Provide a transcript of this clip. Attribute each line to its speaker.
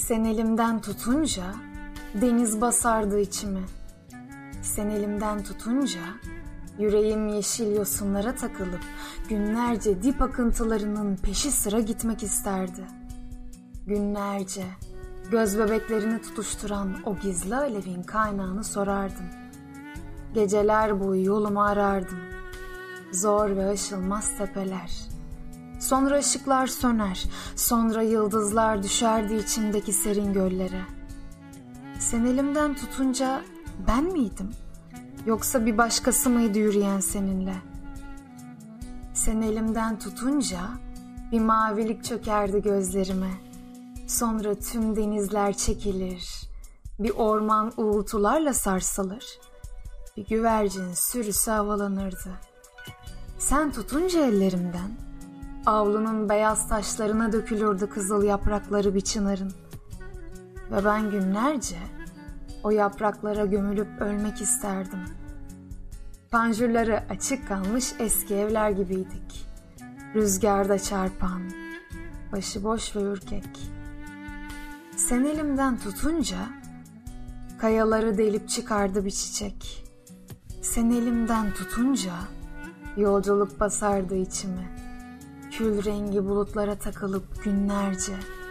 Speaker 1: Sen elimden tutunca deniz basardı içimi. Sen elimden tutunca yüreğim yeşil yosunlara takılıp günlerce dip akıntılarının peşi sıra gitmek isterdi. Günlerce göz bebeklerini tutuşturan o gizli alevin kaynağını sorardım. Geceler boyu yolumu arardım. Zor ve aşılmaz tepeler. Sonra ışıklar söner, sonra yıldızlar düşerdi içimdeki serin göllere. Sen elimden tutunca ben miydim? Yoksa bir başkası mıydı yürüyen seninle? Sen elimden tutunca bir mavilik çökerdi gözlerime. Sonra tüm denizler çekilir, bir orman uğultularla sarsılır, bir güvercin sürüsü havalanırdı. Sen tutunca ellerimden, avlunun beyaz taşlarına dökülürdü kızıl yaprakları bir çınarın. Ve ben günlerce o yapraklara gömülüp ölmek isterdim. Panjurları açık kalmış eski evler gibiydik. Rüzgarda çarpan, başıboş ve ürkek. Sen elimden tutunca kayaları delip çıkardı bir çiçek. Sen elimden tutunca yolculuk basardı içimi. Kül rengi bulutlara takılıp günlerce